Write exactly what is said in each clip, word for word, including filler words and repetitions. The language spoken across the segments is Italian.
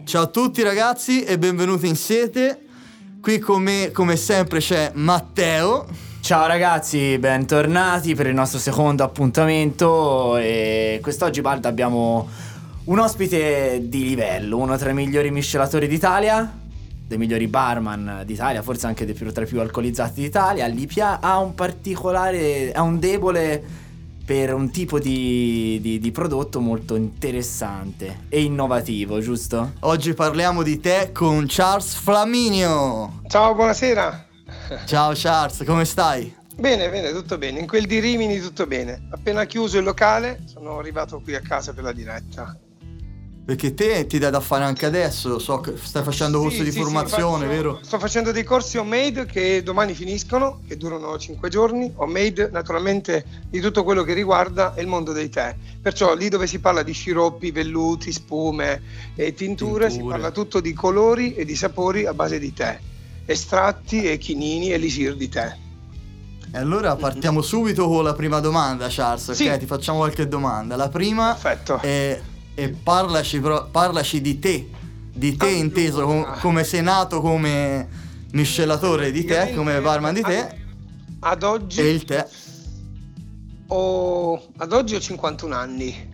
Ciao a tutti ragazzi e benvenuti in Siete. Qui con me, come sempre, c'è Matteo. Ciao ragazzi, bentornati per il nostro secondo appuntamento. E quest'oggi, Balda, abbiamo un ospite di livello, uno tra i migliori miscelatori d'Italia, dei migliori barman d'Italia, forse anche dei più, tra i più alcolizzati d'Italia. Lipia ha un particolare, ha un debole per un tipo di, di, di prodotto molto interessante e innovativo, giusto? Oggi parliamo di tè con Charles Flaminio. Ciao, buonasera. Ciao Charles, come stai? Bene, bene, tutto bene. In quel di Rimini tutto bene. Appena chiuso il locale sono arrivato qui a casa per la diretta. Perché te ti dai da fare anche adesso, so che stai facendo corsi sì, di sì, formazione, sì, vero? Sto facendo dei corsi homemade che domani finiscono, che durano cinque giorni, homemade naturalmente di tutto quello che riguarda il mondo dei tè. Perciò lì dove si parla di sciroppi, velluti, spume e tinture, tinture. Si parla tutto di colori e di sapori a base di tè, estratti e chinini e elisir di tè. E allora partiamo subito con la prima domanda, Charles, ok? Sì. Ti facciamo qualche domanda. La prima Perfetto. è... E parlaci, parlaci di te, di te allora, inteso com- come sei nato come miscelatore di tè, come barman di tè. Ad oggi e il tè. Ho, ad oggi ho cinquantuno anni.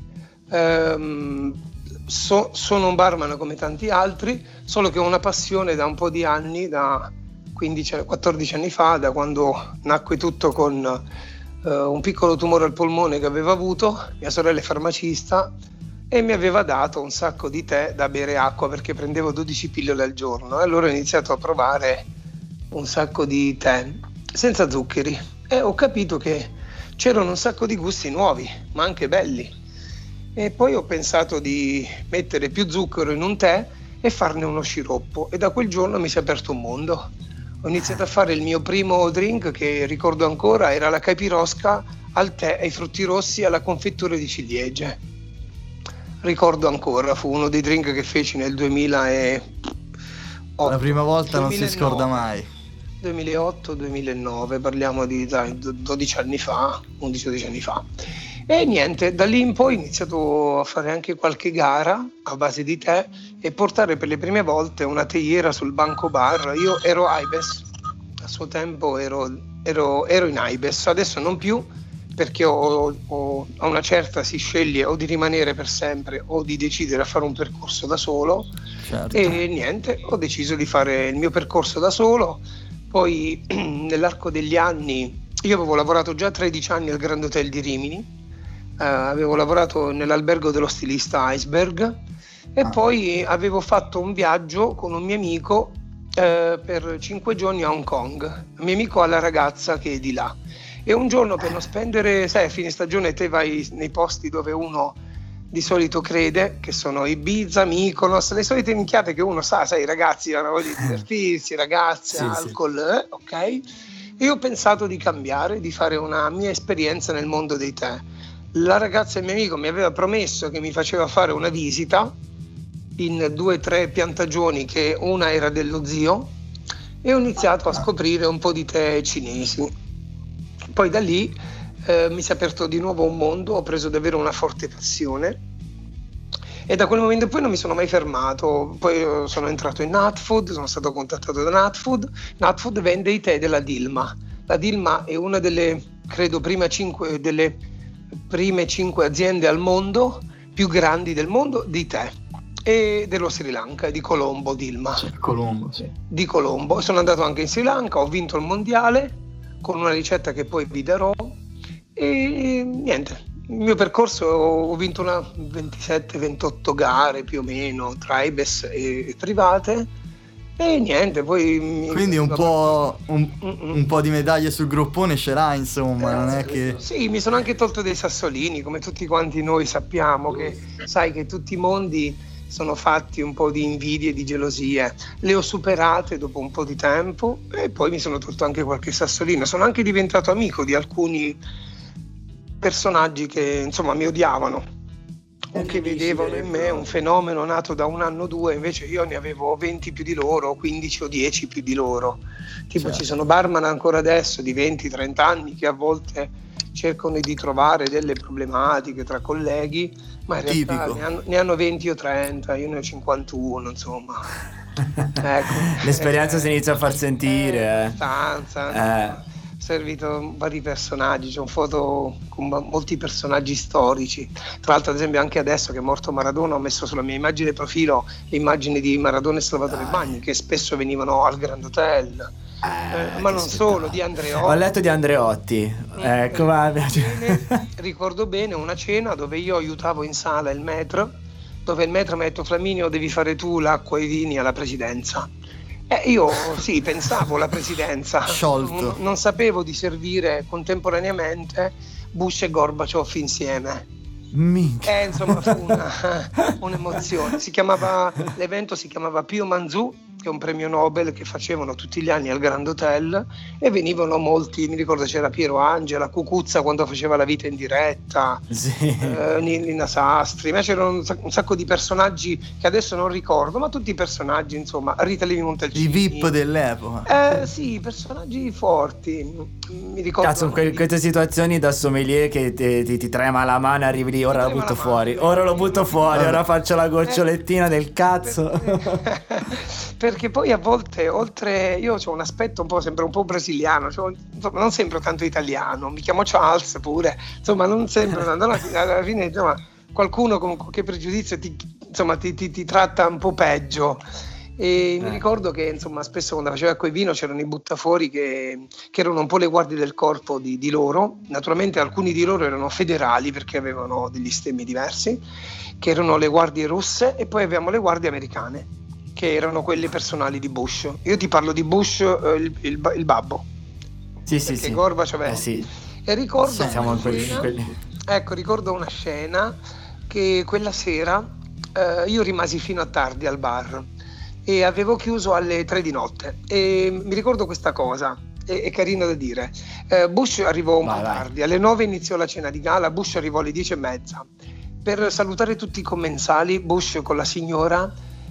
Ehm, so, sono un barman come tanti altri, solo che ho una passione da un po' di anni, da quindici quattordici anni fa, da quando nacque tutto con uh, un piccolo tumore al polmone che avevo avuto. Mia sorella è farmacista e mi aveva dato un sacco di tè da bere acqua perché prendevo dodici pillole al giorno, e allora ho iniziato a provare un sacco di tè senza zuccheri e ho capito che c'erano un sacco di gusti nuovi, ma anche belli, e poi ho pensato di mettere più zucchero in un tè e farne uno sciroppo, e da quel giorno mi si è aperto un mondo. Ho iniziato a fare il mio primo drink, che ricordo ancora, era la caipirosca al tè ai frutti rossi alla confettura di ciliegie. Ricordo ancora, fu uno dei drink che feci nel duemilaotto. La prima volta duemilanove. Non si scorda mai. duemilaotto duemilanove, parliamo di dai, dodici anni fa, undici dodici anni fa. E niente, da lì in poi ho iniziato a fare anche qualche gara a base di tè e portare per le prime volte una teiera sul banco bar. Io ero Aibes, a suo tempo ero, ero, ero in Aibes, adesso non più, perché ho, ho, a una certa si sceglie o di rimanere per sempre o di decidere a fare un percorso da solo. Certo. E niente, ho deciso di fare il mio percorso da solo. Poi nell'arco degli anni, io avevo lavorato già tredici anni al Grand Hotel di Rimini, eh, avevo lavorato nell'albergo dello stilista Iceberg e ah. poi avevo fatto un viaggio con un mio amico eh, per cinque giorni a Hong Kong. Il mio amico ha la ragazza che è di là. E un giorno, per non spendere, sai, a fine stagione te vai nei posti dove uno di solito crede, che sono Ibiza, Mykonos, le solite minchiate che uno sa, sai, i ragazzi hanno voglia di divertirsi, ragazze, sì, alcol, sì. Eh, ok? E io ho pensato di cambiare, di fare una mia esperienza nel mondo dei tè. La ragazza del mio amico mi aveva promesso che mi faceva fare una visita in due o tre piantagioni, che una era dello zio, e ho iniziato a scoprire un po' di tè cinesi. Poi da lì eh, mi si è aperto di nuovo un mondo, ho preso davvero una forte passione e da quel momento in poi non mi sono mai fermato. Poi sono entrato in Nutfood, sono stato contattato da Nutfood. Nutfood vende i tè della Dilma. La Dilma è una delle, credo, prima cinque, delle prime cinque aziende al mondo, più grandi del mondo, di tè, e dello Sri Lanka, di Colombo, Dilma. Colombo, sì. Di Colombo. Sono andato anche in Sri Lanka, ho vinto il mondiale con una ricetta che poi vi darò, e niente, il mio percorso, ho vinto una ventisette ventotto gare più o meno tra Aibes e private, e niente, poi quindi un po', un, un po' di medaglie sul groppone ce l'hai, insomma, eh, non è che... Sì, mi sono anche tolto dei sassolini, come tutti quanti noi sappiamo, che sai che tutti i mondi sono fatti un po' di invidie e di gelosie. Le ho superate dopo un po' di tempo e poi mi sono tolto anche qualche sassolino. Sono anche diventato amico di alcuni personaggi che insomma mi odiavano o che vedevano in me un fenomeno nato da un anno o due, invece io ne avevo venti più di loro, quindici o dieci più di loro. Tipo, certo. Ci sono barman ancora adesso di venti trenta anni che a volte cercano di trovare delle problematiche tra colleghi, ma in realtà Tipico. ne hanno, ne hanno venti o trenta, io ne ho cinquantuno, insomma. Ecco. L'esperienza si inizia a far sentire. Eh, eh. abbastanza. Eh. Ho servito vari personaggi, c'è un foto con ma- molti personaggi storici. Tra l'altro, ad esempio, anche adesso che è morto Maradona, ho messo sulla mia immagine profilo le immagini di Maradona e Salvatore Bagni, che spesso venivano al Grand Hotel. Eh, ma che non spettacolo. solo, di Andreotti. Ho letto di Andreotti. Ecco, va, mi piace. Bene, ricordo bene una cena dove io aiutavo in sala il maître, dove il maître mi ha detto: Flaminio, devi fare tu l'acqua e i vini alla presidenza. Eh, io sì, pensavo alla presidenza, Sciolto. non, non sapevo di servire contemporaneamente Bush e Gorbaciov insieme. Minchia. Eh, insomma, fu una, un'emozione. Si chiamava, l'evento si chiamava Pio Manzù, che è un premio Nobel che facevano tutti gli anni al Grand Hotel, e venivano molti, mi ricordo c'era Piero Angela, Cucuzza quando faceva la vita in diretta, Sì. eh, Nina Sastri, ma c'erano un sacco, un sacco di personaggi che adesso non ricordo, ma tutti i personaggi, insomma, Rita Levi Montalcini. I V I P dell'epoca. Eh sì, personaggi forti. Mi ricordo Cazzo, que- anche- queste situazioni da sommelier che ti, ti- ti trema la mano, arrivi lì, ora la trema butto la fuori, mano. ora lo butto fuori, Eh. ora faccio la gocciolettina del cazzo. Perché poi a volte, oltre, io ho un aspetto un po', sembra un po' brasiliano, c'ho- insomma, non sembro tanto italiano, mi chiamo Charles pure, insomma non sembro tanto, alla fine, alla fine, insomma, qualcuno con qualche pregiudizio ti, insomma, ti, ti- ti tratta un po' peggio. E mi Eh. ricordo che insomma spesso quando facevo acqua e vino c'erano i buttafuori che, che erano un po' le guardie del corpo di, di loro. Naturalmente alcuni di loro erano federali perché avevano degli stemmi diversi, che erano le guardie russe, e poi abbiamo le guardie americane che erano quelle personali di Bush. Io ti parlo di Bush, eh, il, il, il babbo, Sì, sì, perché sì. Gorbaciov è- Eh sì, e ricordo Sì, siamo una in quelli, scena- quelli. ecco, ricordo una scena che quella sera eh, io rimasi fino a tardi al bar e avevo chiuso alle tre di notte, e mi ricordo questa cosa, è, è carina da dire. Eh, Bush arrivò un Vai, po' vai. tardi, alle nove iniziò la cena di gala, Bush arrivò alle dieci e mezza. Per salutare tutti i commensali, Bush con la signora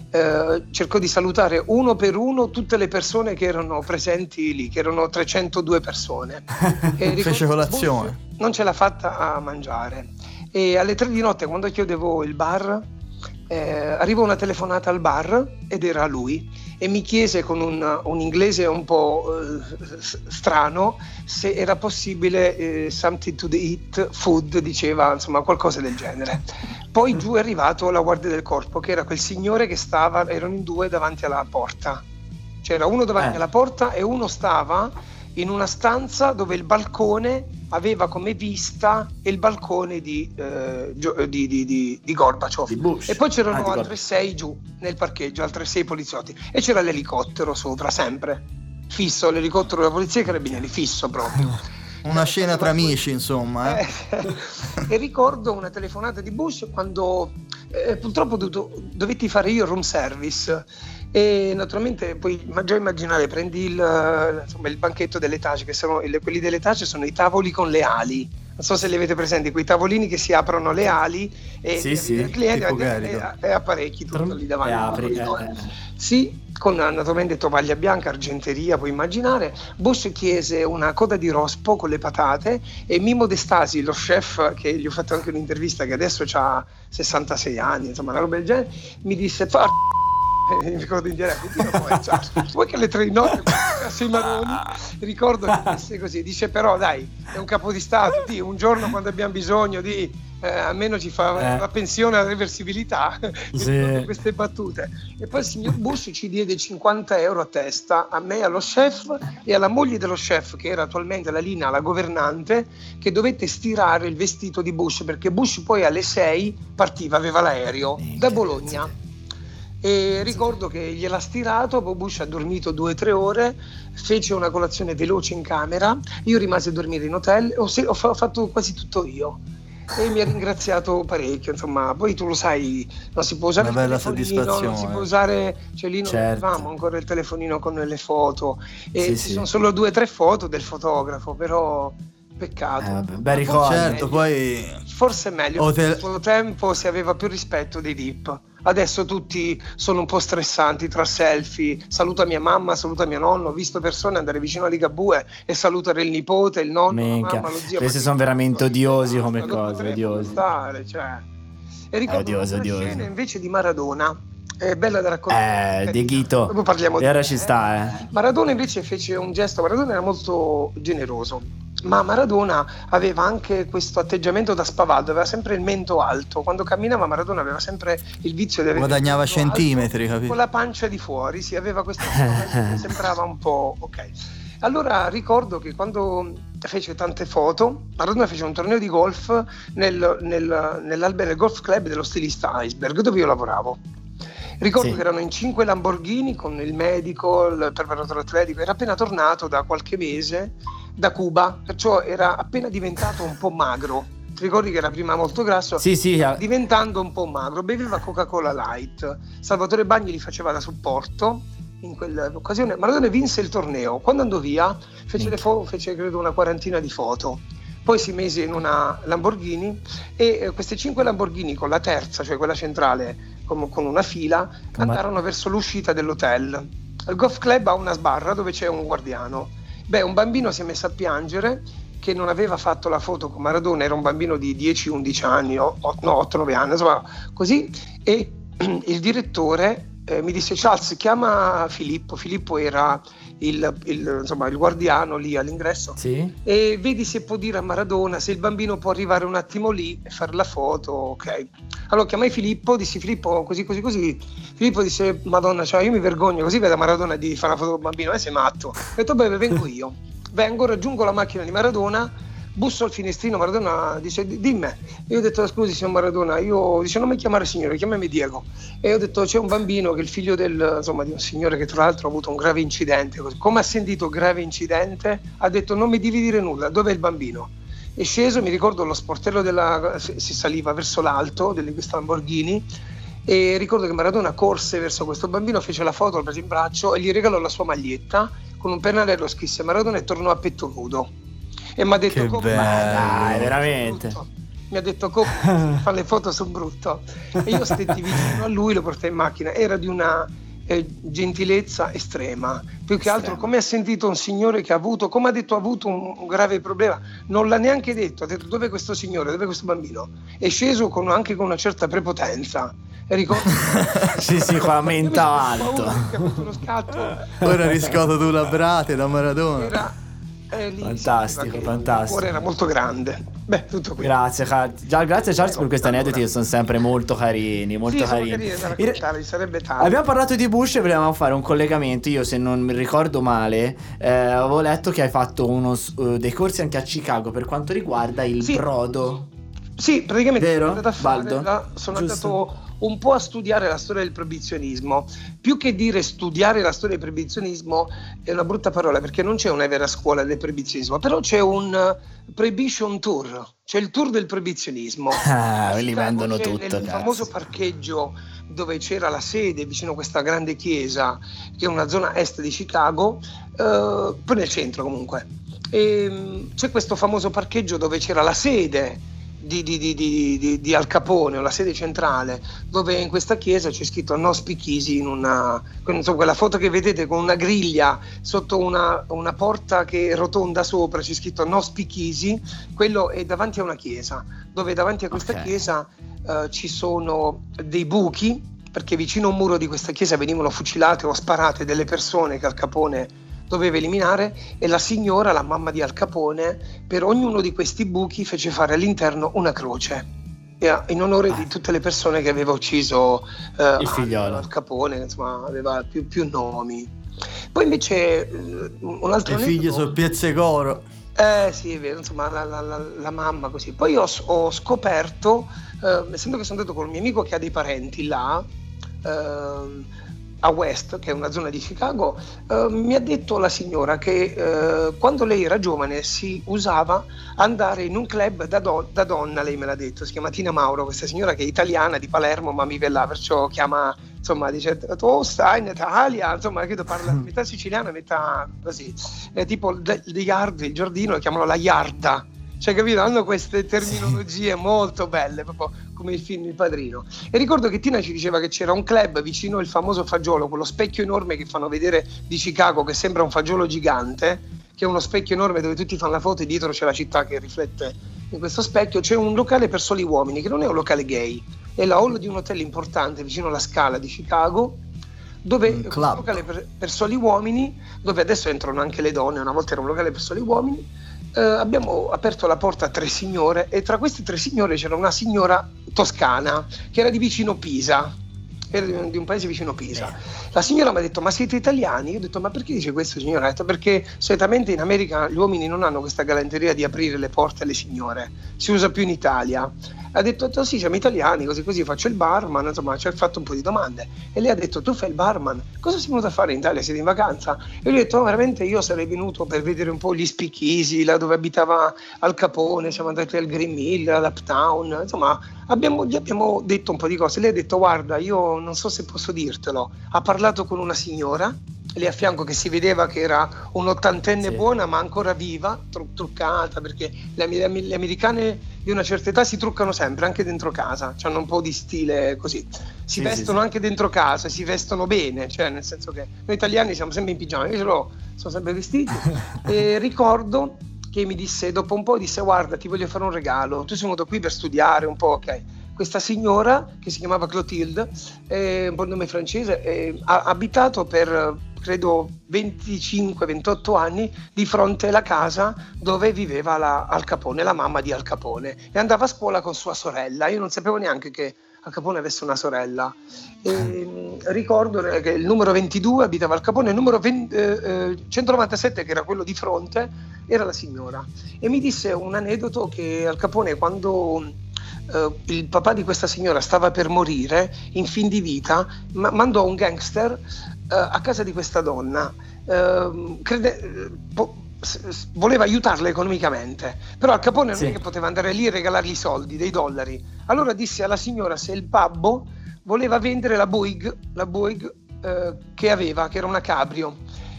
eh, cercò di salutare uno per uno tutte le persone che erano presenti lì, che erano trecentodue persone. E ricordo- Fece colazione. Bush non ce l'ha fatta a mangiare, e alle tre di notte, quando chiudevo il bar, eh, arrivò una telefonata al bar ed era lui, e mi chiese con un, un inglese un po' eh, s- strano se era possibile eh, something to eat, food, diceva, insomma qualcosa del genere. Poi giù è arrivato la guardia del corpo, che era quel signore che stava, erano in due davanti alla porta, c'era uno davanti Eh. alla porta e uno stava in una stanza dove il balcone aveva come vista il balcone di, eh, Gio- di, di, di, di Gorbaciov. Di Bush. E poi c'erano Ah, di altre Gorbaciov. sei giù nel parcheggio, altre sei poliziotti, e c'era l'elicottero sopra, sempre fisso, l'elicottero della polizia e i carabinieri, fisso proprio. Una scena tra amici, insomma. Eh. Eh, e ricordo una telefonata di Bush quando eh, purtroppo ho dovuto- dovetti fare io room service, e naturalmente puoi ma- già immaginare, prendi il, eh, insomma, il banchetto dell'etage, che sono il- quelli dell'etage sono i tavoli con le ali, non so se li avete presenti, quei tavolini che si aprono le ali e Sì, sì, il cliente tipo e, carico. e apparecchi tutto lì davanti E al apri, corridoio. eh, eh. Sì, con naturalmente tovaglia bianca, argenteria, puoi immaginare. Bush chiese una coda di rospo con le patate, e Mimo De Stasi, lo chef, che gli ho fatto anche un'intervista, che adesso ha sessantasei anni, insomma una roba del genere, mi disse: fa mi ricordo in diretto, "Dio, poi, ciao, vuoi che alle tre di notte sei maroni?" Ricordo che disse così, dice: però dai, è un capo di Stato, di un giorno quando abbiamo bisogno di eh, almeno ci fa Eh. la pensione alla reversibilità. Sì. Mi ricordo queste battute. E poi il signor Bush ci diede cinquanta euro a testa, a me, allo chef e alla moglie dello chef, che era attualmente la linea, la governante, che dovette stirare il vestito di Bush, perché Bush poi alle sei partiva, aveva l'aereo da Bologna. E ricordo che gliel'ha stirato, poi Bush ha dormito due o tre ore, fece una colazione veloce in camera, io rimasi a dormire in hotel, ho, se- ho fa- ho fatto quasi tutto io, e mi ha ringraziato parecchio, insomma. Poi tu lo sai, non si può usare Una il bella telefonino, non si soddisfazione. può usare, cioè lì non Certo. avevamo ancora il telefonino con le foto, e Sì, ci sì. sono solo due o tre foto del fotografo, però Peccato. Eh, vabbè, bel ricordo. Certo, poi Forse è meglio, O te- al suo tempo si aveva più rispetto dei V I P. Adesso tutti sono un po' stressanti tra selfie, saluta mia mamma, saluta mio nonno, ho visto persone andare vicino a Ligabue e salutare il nipote, il nonno, Minchia, la mamma, lo zio. questi Ma sono che veramente cazzo, odiosi basta, come non cose, dovrebbero odiosi. stare, cioè. E ricordo odioso, una odioso. scena invece di Maradona, è bella da raccontare. Eh, Dieguito. Dopo parliamo E di ora ci sta, eh. Maradona invece fece un gesto, Maradona era molto generoso, ma Maradona aveva anche questo atteggiamento da spavaldo, aveva sempre il mento alto, quando camminava Maradona aveva sempre il vizio di avere guadagnava il mento alto centimetri, capito? con la pancia di fuori, si aveva questo che sembrava un po' ok. Allora ricordo che quando fece tante foto, Maradona fece un torneo di golf nel, nel, nell'albergo del golf club dello stilista Iceberg, dove io lavoravo. Ricordo Sì. che erano in cinque Lamborghini con il medico, il preparatore atletico, era appena tornato da qualche mese da Cuba, perciò era appena diventato un po' magro. Ti ricordi che era prima molto grasso? Sì, sì, eh. Diventando un po' magro, beveva Coca-Cola Light. Salvatore Bagni gli faceva da supporto in quell'occasione. Maradona vinse il torneo. Quando andò via fece, le fo- fece credo una quarantina di foto. Poi si mise in una Lamborghini e eh, queste cinque Lamborghini con la terza, cioè quella centrale con, con una fila, andarono verso l'uscita dell'hotel. Il golf club ha una sbarra dove c'è un guardiano. Beh, un bambino si è messo a piangere che non aveva fatto la foto con Maradona, era un bambino di dieci undici anni, o, o, no otto nove anni, insomma così, e il direttore eh, mi disse: Charles, chiama Filippo. Filippo era il, il, insomma, il guardiano lì all'ingresso, Sì. e vedi se può dire a Maradona se il bambino può arrivare un attimo lì e fare la foto, ok. Allora chiamai Filippo, dissi: Filippo, così così così. Filippo disse: Madonna, cioè io mi vergogno, così vedo Maradona di fare una foto con il bambino, eh sei matto. Ho detto: beh, vengo io. Vengo, raggiungo la macchina di Maradona, busso al finestrino, Maradona dice: dimmi. Io ho detto: scusi signor Maradona, io, dice, non mi chiamare signore, chiamami Diego. E ho detto: c'è un bambino che è il figlio del, insomma, di un signore che tra l'altro ha avuto un grave incidente. Come ha sentito grave incidente, ha detto: non mi devi dire nulla, dov'è il bambino? È sceso, mi ricordo lo sportello della, si saliva verso l'alto di questa Lamborghini, e ricordo che Maradona corse verso questo bambino, fece la foto, lo prese in braccio e gli regalò la sua maglietta con un pennarello, scrisse Maradona e tornò a petto nudo. E mi ha detto: Che come bello. Dai, veramente. brutto. Mi ha detto: come fa le foto su brutto. E io stetti vicino a lui, lo portai in macchina, era di una eh, gentilezza estrema, più che altro come ha sentito un signore che ha avuto, come ha detto, ha avuto un, un grave problema, non l'ha neanche detto, ha detto: dov'è questo signore, dov'è questo bambino? È sceso con, anche con una certa prepotenza. E ricordo Sì, sì, qua menta alto. Ha avuto uno scatto. Ora riscoto tu la brate da Maradona. Era, eh, lì Fantastico, si vedeva che fantastico. Il cuore era molto grande. Beh, tutto qui. Grazie, Car- già, grazie Charles per questi Allora. aneddoti che sono sempre molto carini, molto Sì, sono carini. carini da In- raccontare, ci sarebbe tanto. Abbiamo parlato di Bush e volevamo fare un collegamento. Io, se non mi ricordo male, eh, avevo letto che hai fatto uno, s- eh, dei corsi anche a Chicago per quanto riguarda il Sì. brodo. Sì, praticamente Vero, sono andato a fare Baldo? la- sono Giusto. andato un po' a studiare la storia del proibizionismo. Più che dire studiare la storia del proibizionismo è una brutta parola, perché non c'è una vera scuola del proibizionismo, però c'è un uh, prohibition tour, c'è il tour del proibizionismo. Ah, A li Chicago vendono c'è tutto, nel cazzo. famoso parcheggio dove c'era la sede vicino a questa grande chiesa, che è una zona est di Chicago, eh, poi nel centro comunque. E, mh, c'è questo famoso parcheggio dove c'era la sede di, di, di, di, di, di Al Capone, o la sede centrale, dove in questa chiesa c'è scritto no speak easy, in una, insomma, quella foto che vedete con una griglia sotto una, una porta che è rotonda sopra, c'è scritto no speak easy. Quello è davanti a una chiesa, dove davanti a questa Ok. chiesa eh, ci sono dei buchi, perché vicino a un muro di questa chiesa venivano fucilate o sparate delle persone che Al Capone doveva eliminare, e la signora, la mamma di Al Capone, per ognuno di questi buchi fece fare all'interno una croce, e in onore di tutte le persone che aveva ucciso eh, Il figliolo. Al Capone, insomma aveva più, più nomi. Poi invece eh, un altro I figli aneddoto- sul Piazzecoro. eh sì, è vero, insomma la, la- la- la mamma così. Poi ho, ho scoperto, eh, essendo che sono andato con un mio amico che ha dei parenti là, ehm, a West, che è una zona di Chicago, eh, mi ha detto la signora che eh, quando lei era giovane si usava andare in un club da, do- da donna, lei me l'ha detto, si chiama Tina Mauro, questa signora che è italiana di Palermo ma vive là, perciò chiama, insomma, dice tu stai in Italia, insomma, credo parla metà siciliana, metà così, è tipo The Yard, il giardino, lo chiamano la Yarda. Cioè, capito? Hanno queste terminologie molto belle, proprio come il film Il Padrino. E ricordo che Tina ci diceva che c'era un club vicino al famoso fagiolo, quello specchio enorme che fanno vedere di Chicago, che sembra un fagiolo gigante, che è uno specchio enorme dove tutti fanno la foto e dietro c'è la città che riflette in questo specchio. C'è un locale per soli uomini, che non è un locale gay, è la hall di un hotel importante vicino alla Scala di Chicago, dove un, un locale per, per soli uomini, dove adesso entrano anche le donne, una volta era un locale per soli uomini. Uh, abbiamo aperto la porta a tre signore e tra queste tre signore c'era una signora toscana che era di vicino Pisa, era di un, di un paese vicino Pisa. La signora mi ha detto: ma siete italiani? Io ho detto: ma perché dice questo, signora? Ha detto: perché solitamente in America gli uomini non hanno questa galanteria di aprire le porte alle signore, si usa più in Italia. Ha detto: sì, siamo italiani, così così faccio il barman, insomma, ci ha fatto un po' di domande. E lei ha detto: tu fai il barman, cosa sei venuto a fare in Italia? Siete in vacanza? E io ho detto: no, veramente io sarei venuto per vedere un po' gli speakeasy, là dove abitava Al Capone, siamo andati al Green Mill, all'Uptown, insomma, abbiamo, gli abbiamo detto un po' di cose. Lei ha detto: guarda, io non so se posso dirtelo. Ha parlato con una signora lì a fianco che si vedeva che era un'ottantenne, sì, buona ma ancora viva, tru- truccata, perché le, le americane di una certa età si truccano sempre, anche dentro casa, hanno un po' di stile così, si sì, vestono sì, anche sì. dentro casa, si vestono bene, cioè nel senso che noi italiani siamo sempre in pigiama, io ce l'ho, sono sempre vestiti. E ricordo che mi disse, dopo un po' disse: guarda, ti voglio fare un regalo, tu sei venuto qui per studiare un po', ok. Questa signora, che si chiamava Clotilde, è un po' il nome francese, è, ha abitato per credo venticinque ventotto anni di fronte alla casa dove viveva la Al Capone, la mamma di Al Capone, e andava a scuola con sua sorella. Io non sapevo neanche che Al Capone avesse una sorella. E ricordo che il numero ventidue abitava Al Capone, il numero venti, eh, centonovantasette, che era quello di fronte, era la signora. E mi disse un aneddoto che Al Capone, quando Uh, il papà di questa signora stava per morire in fin di vita, ma- mandò un gangster uh, a casa di questa donna, uh, crede- po- s- voleva aiutarla economicamente, però Al Capone sì. non è che poteva andare lì e regalargli soldi, dei dollari. Allora disse alla signora se il babbo voleva vendere la Buick, la Buick uh, che aveva, che era una cabrio,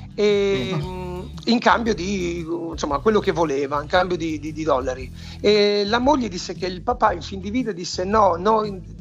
e mm. in cambio di, insomma, quello che voleva, in cambio di, di, di dollari. E la moglie disse che il papà in fin di vita disse: no, no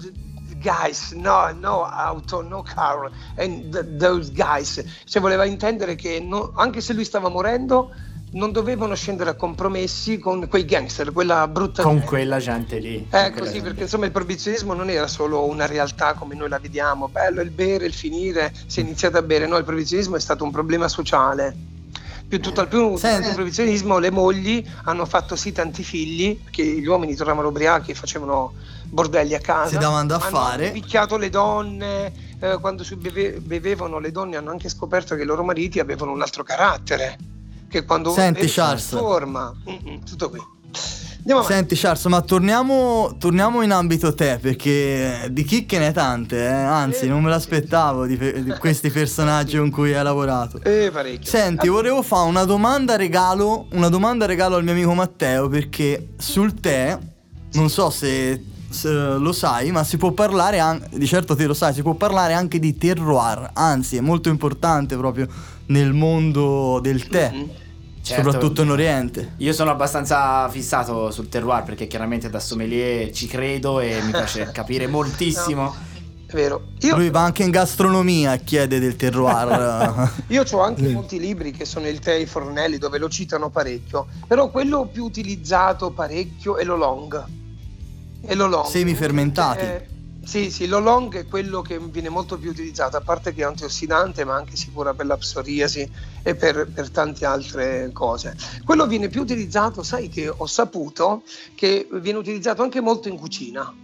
guys, no, no auto, no car, and th- those guys, cioè voleva intendere che no, anche se lui stava morendo non dovevano scendere a compromessi con quei gangster, quella brutta con gente. quella gente lì. Eh, così, perché insomma il proibizionismo non era solo una realtà come noi la vediamo, bello il bere, il finire, si è iniziato a bere, no, il proibizionismo è stato un problema sociale. Più tutt'al più, durante il proibizionismo le mogli hanno fatto sì tanti figli, perché gli uomini tornavano ubriachi e facevano bordelli a casa, si davano da hanno fare, hanno picchiato le donne, eh, quando si beve, bevevano le donne hanno anche scoperto che i loro mariti avevano un altro carattere, che quando senti Charles, forma, tutto qui. Senti Charles, ma torniamo, torniamo in ambito te, perché di chicche ne hai tante, eh? Anzi, non me l'aspettavo di, pe- di questi personaggi con cui hai lavorato. Eh, parecchio. Senti, volevo fare una domanda regalo, una domanda regalo al mio amico Matteo, perché sul tè, non so se, se lo sai, ma si può parlare anche, di certo te lo sai, si può parlare anche di terroir, anzi è molto importante proprio nel mondo del tè. Mm-hmm. Certo, soprattutto in Oriente. Io sono abbastanza fissato sul terroir perché chiaramente da sommelier ci credo e mi piace capire moltissimo. No, è vero. Io... Lui va anche in gastronomia e chiede del terroir. Io ho anche molti libri che sono il tè ai fornelli dove lo citano parecchio, però quello più utilizzato parecchio è l'oolong. È l'oolong. Semifermentati. Eh, Sì, sì, l'oolong è quello che viene molto più utilizzato, a parte che è antiossidante, ma anche sicura per la psoriasi e per, per tante altre cose. Quello viene più utilizzato, sai che ho saputo che viene utilizzato anche molto in cucina.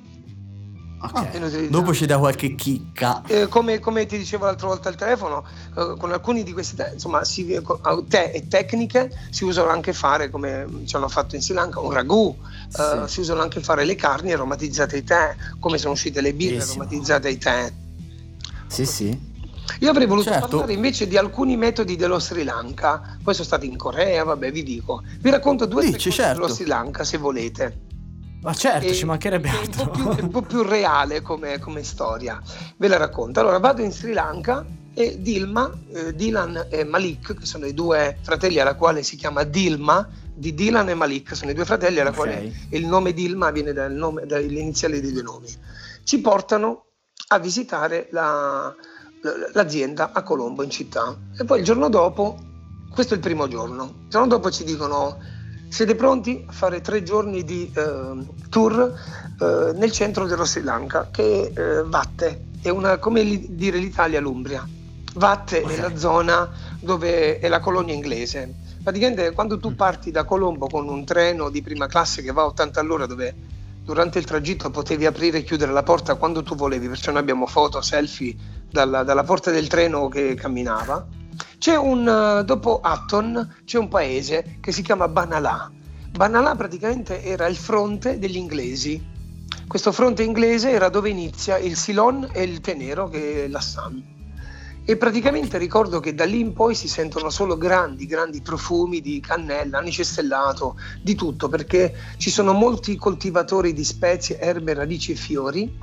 Okay. Dopo ci dà qualche chicca. Eh, come, come ti dicevo l'altra volta al telefono, eh, con alcuni di questi tè, insomma, si, tè e tecniche si usano anche fare, come ci hanno fatto in Sri Lanka, un ragù. Sì. Uh, si usano anche fare le carni aromatizzate ai tè, come sono uscite le birre aromatizzate ai tè. Sì, sì. Io avrei voluto Certo. parlare invece di alcuni metodi dello Sri Lanka, poi sono stato in Corea, vabbè, vi dico. Vi racconto due o tre Dici, cose certo. dello Sri Lanka, se volete. Ma certo, E- ci mancherebbe è un po' più, altro. è un po' più reale come, come storia. Ve la racconto. Allora, vado in Sri Lanka e Dilma, eh, Dylan e Malik, che sono i due fratelli alla quale si chiama Dilma, di Dylan e Malik, sono i due fratelli alla Ok. quale il nome Dilma viene dal nome, dalle iniziali dei due nomi. Ci portano a visitare la- l- l'azienda a Colombo in città e poi il giorno dopo, questo è il primo giorno, il giorno dopo ci dicono: siete pronti a fare tre giorni di eh, tour eh, nel centro dello Sri Lanka, che è eh, Vatte, è una, come li- dire l'Italia l'Umbria. Vatte Ok. è la zona dove è la colonia inglese. Praticamente quando tu parti da Colombo con un treno di prima classe che va a ottanta all'ora, dove durante il tragitto potevi aprire e chiudere la porta quando tu volevi, perciò noi abbiamo foto, selfie dalla, dalla porta del treno che camminava. C'è un, eh, dopo Atton c'è un paese che si chiama Banalà. Banalà praticamente era il fronte degli inglesi. Questo fronte inglese era dove inizia il Ceylon e il tè nero, che è l'Assam. E praticamente ricordo che da lì in poi si sentono solo grandi, grandi profumi di cannella, anice stellato, di tutto, perché ci sono molti coltivatori di spezie, erbe, radici e fiori.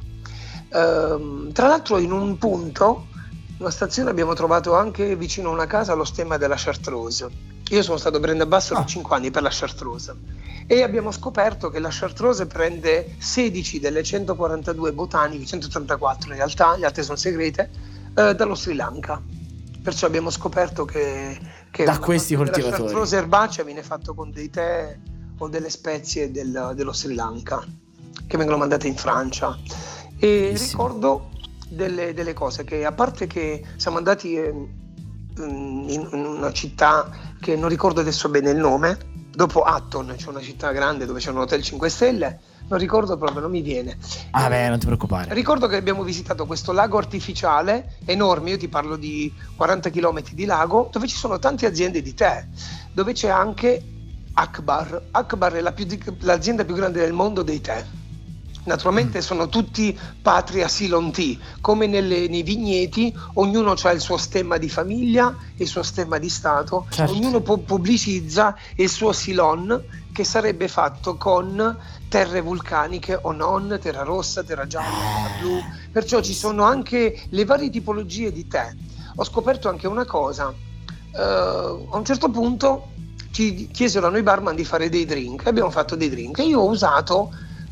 Ehm, tra l'altro in un punto, in una stazione, abbiamo trovato anche vicino a una casa lo stemma della Chartreuse. Io sono stato brand ambassador Ah. cinque anni per la Chartreuse e abbiamo scoperto che la Chartreuse prende sedici delle centoquarantadue botaniche, centotrentaquattro in realtà, le altre sono segrete, eh, dallo Sri Lanka. Perciò abbiamo scoperto che, che Da una questi parte della coltivatori. Chartreuse erbacea viene fatto con dei tè o delle spezie del- dello Sri Lanka che vengono mandate in Francia. E Bellissimo. ricordo delle, delle cose che, a parte che siamo andati eh, in, in una città che non ricordo adesso bene il nome, dopo Atton c'è una città grande dove c'è un hotel cinque stelle, non ricordo proprio, non mi viene. Ah Eh, beh, non ti preoccupare. Ricordo che abbiamo visitato questo lago artificiale enorme, io ti parlo di quaranta chilometri di lago, dove ci sono tante aziende di tè, dove c'è anche Akbar. Akbar è la più di- l'azienda più grande del mondo dei tè. Naturalmente sono tutti patria Ceylon Tea, come nelle- nei vigneti, ognuno ha il suo stemma di famiglia, il suo stemma di stato, Certo. ognuno pu- pubblicizza il suo Ceylon, che sarebbe fatto con terre vulcaniche o non, terra rossa, terra gialla, terra blu, perciò ci sono anche le varie tipologie di tè. Ho scoperto anche una cosa, eh, a un certo punto ci chiesero a noi barman di fare dei drink, abbiamo fatto dei drink e io ho usato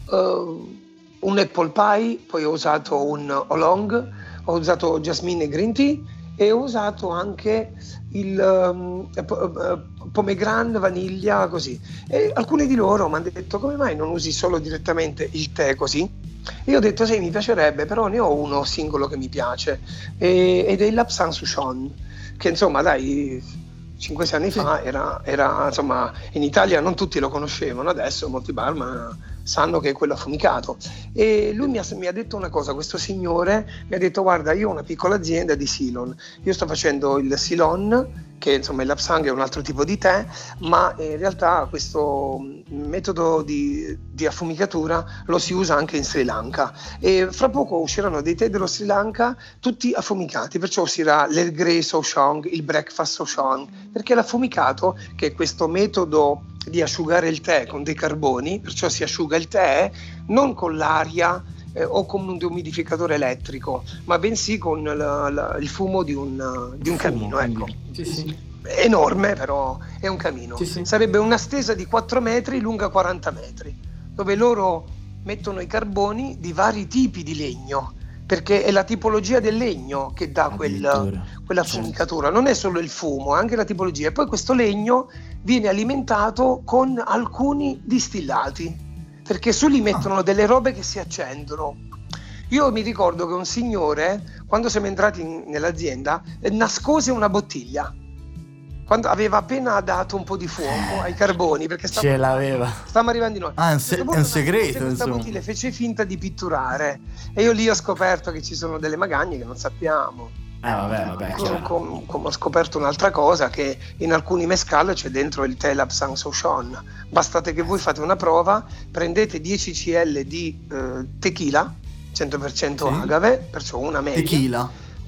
eh, un apple pie, poi ho usato un oolong, ho usato jasmine e green tea e ho usato anche il um, po- eh, pomegranate, vaniglia, così. E alcuni di loro mi hanno detto: come mai non usi solo direttamente il tè così? E io ho detto: sì, mi piacerebbe, però ne ho uno singolo che mi piace, e- ed è il Lapsang Souchong, che insomma dai, cinque sei anni fa era, era, insomma, in Italia non tutti lo conoscevano, adesso molti barman sanno che è quello affumicato. E lui mi ha, mi ha detto una cosa, questo signore mi ha detto: guarda, io ho una piccola azienda di Ceylon, io sto facendo il Ceylon, che insomma il Lapsang è un altro tipo di tè, ma in realtà questo metodo di, di affumicatura lo si usa anche in Sri Lanka e fra poco usciranno dei tè dello Sri Lanka tutti affumicati, perciò uscirà l'Earl Grey Souchong, il Breakfast Souchong, perché l'affumicato, che è questo metodo di asciugare il tè con dei carboni, perciò si asciuga il tè non con l'aria eh, o con un dehumidificatore elettrico, ma bensì con la- la- il fumo di un, di un Fumo, camino, ecco. quindi. Sì, sì. È enorme, però è un camino. Sì, sì. Sarebbe una stesa di quattro metri, lunga quaranta metri, dove loro mettono i carboni di vari tipi di legno, perché è la tipologia del legno che dà quel, Addirittura. quella Certo. affumicatura, non è solo il fumo, è anche la tipologia. E poi questo legno viene alimentato con alcuni distillati, perché su lì mettono delle robe che si accendono. Io mi ricordo che un signore, quando siamo entrati in- nell'azienda, eh, nascose una bottiglia, quando aveva appena dato un po' di fuoco ai carboni, perché Ce stavamo, l'aveva. stavamo arrivando di noi. Ah, è un A se- questo è un punto segreto, questa insomma. bottiglia fece finta di pitturare e io lì ho scoperto che ci sono delle magagne che non sappiamo. Eh vabbè, vabbè, Com- chiaro. com- come ho scoperto un'altra cosa, che in alcuni mescal c'è dentro il tè Lapsang Souchong. Bastate che voi fate una prova, prendete dieci centilitri di eh, tequila cento per cento Sì. agave, perciò una media. Tequila.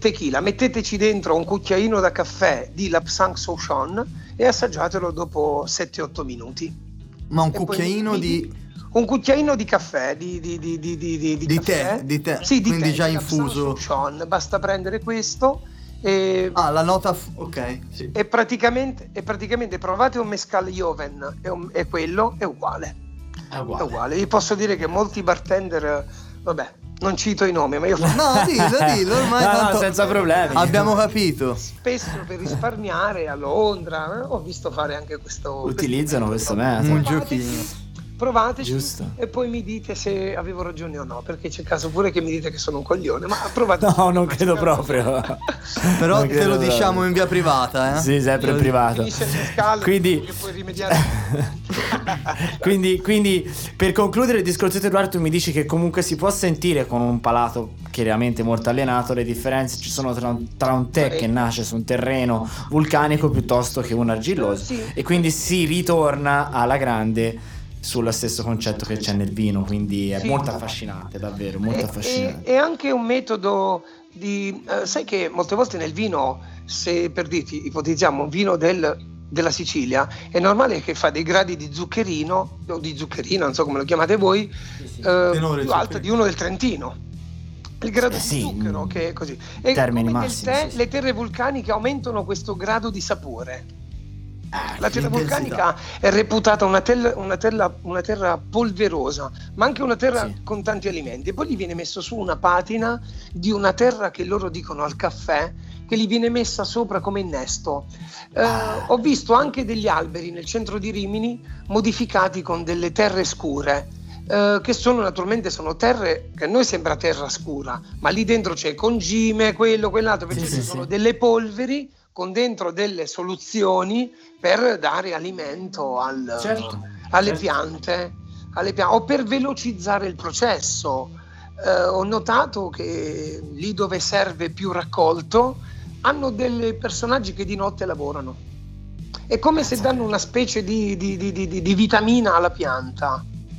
tequila, metteteci dentro un cucchiaino da caffè di Lapsang Souchong e assaggiatelo dopo sette otto minuti. Ma un E poi cucchiaino mi- di... Un cucchiaino di caffè, di, di, di, di, di, di, Di caffè. tè, di tè, Sì, di quindi tè, già di Lapsang infuso. Souchong. Basta prendere questo e, Ah, la nota... f- ok, sì. e, praticamente, e praticamente provate un mescal Joven e, un- e quello è uguale. È È uguale. uguale. Vi posso dire che molti bartender, vabbè, non cito i nomi, ma io No, dillo, dillo, ormai No, no, tanto... senza problemi. Abbiamo capito. spesso per risparmiare a Londra eh, ho visto fare anche questo. Utilizzano questo metodo. metodo. Un Provateci, giochino. Provateci Giusto. e poi mi dite se avevo ragione o no, perché c'è caso pure che mi dite che sono un coglione, ma provate. No, non credo proprio. Però Non te credo lo proprio. diciamo diciamo in via privata, eh. Sì, sempre Te lo- privato. Finisce il mescal Quindi che puoi rimediare. quindi, quindi per concludere il discorso di Edoardo, tu mi dici che comunque si può sentire con un palato chiaramente molto allenato le differenze ci sono tra, un- tra un tè che nasce su un terreno vulcanico piuttosto che un argilloso, Sì. e quindi si ritorna alla grande sullo stesso concetto che c'è nel vino, quindi è Sì. molto affascinante, davvero molto E- affascinante. E, e anche un metodo di eh, sai che molte volte nel vino, se per dirti ipotizziamo un vino del- della Sicilia, è normale che fa dei gradi di zuccherino o di zuccherino, non so come lo chiamate voi, eh, Tenore più alto zuccherino. di uno del Trentino. Il grado Eh, di sì, zucchero mm, che è così. E termini come nel massimi, tè, sì, sì. le terre vulcaniche aumentano questo grado di sapore. La terra l'intensità. vulcanica è reputata una, tel- una terra, una terra polverosa, ma anche una terra Sì. con tanti alimenti. E poi gli viene messo su una patina di una terra che loro dicono al caffè, che gli viene messa sopra come innesto. Eh, Ah. Ho visto anche degli alberi nel centro di Rimini modificati con delle terre scure. eh, che sono naturalmente sono terre che a noi sembra terra scura, ma lì dentro c'è concime, quello, quell'altro, perché Sì, ci sì, sono sì. delle polveri con dentro delle soluzioni per dare alimento al- Certo, alle certo. piante, alle pia- o per velocizzare il processo. Eh, ho notato che lì dove serve più raccolto hanno dei personaggi che di notte lavorano. È come se danno una specie di, di- di- di- di vitamina alla pianta.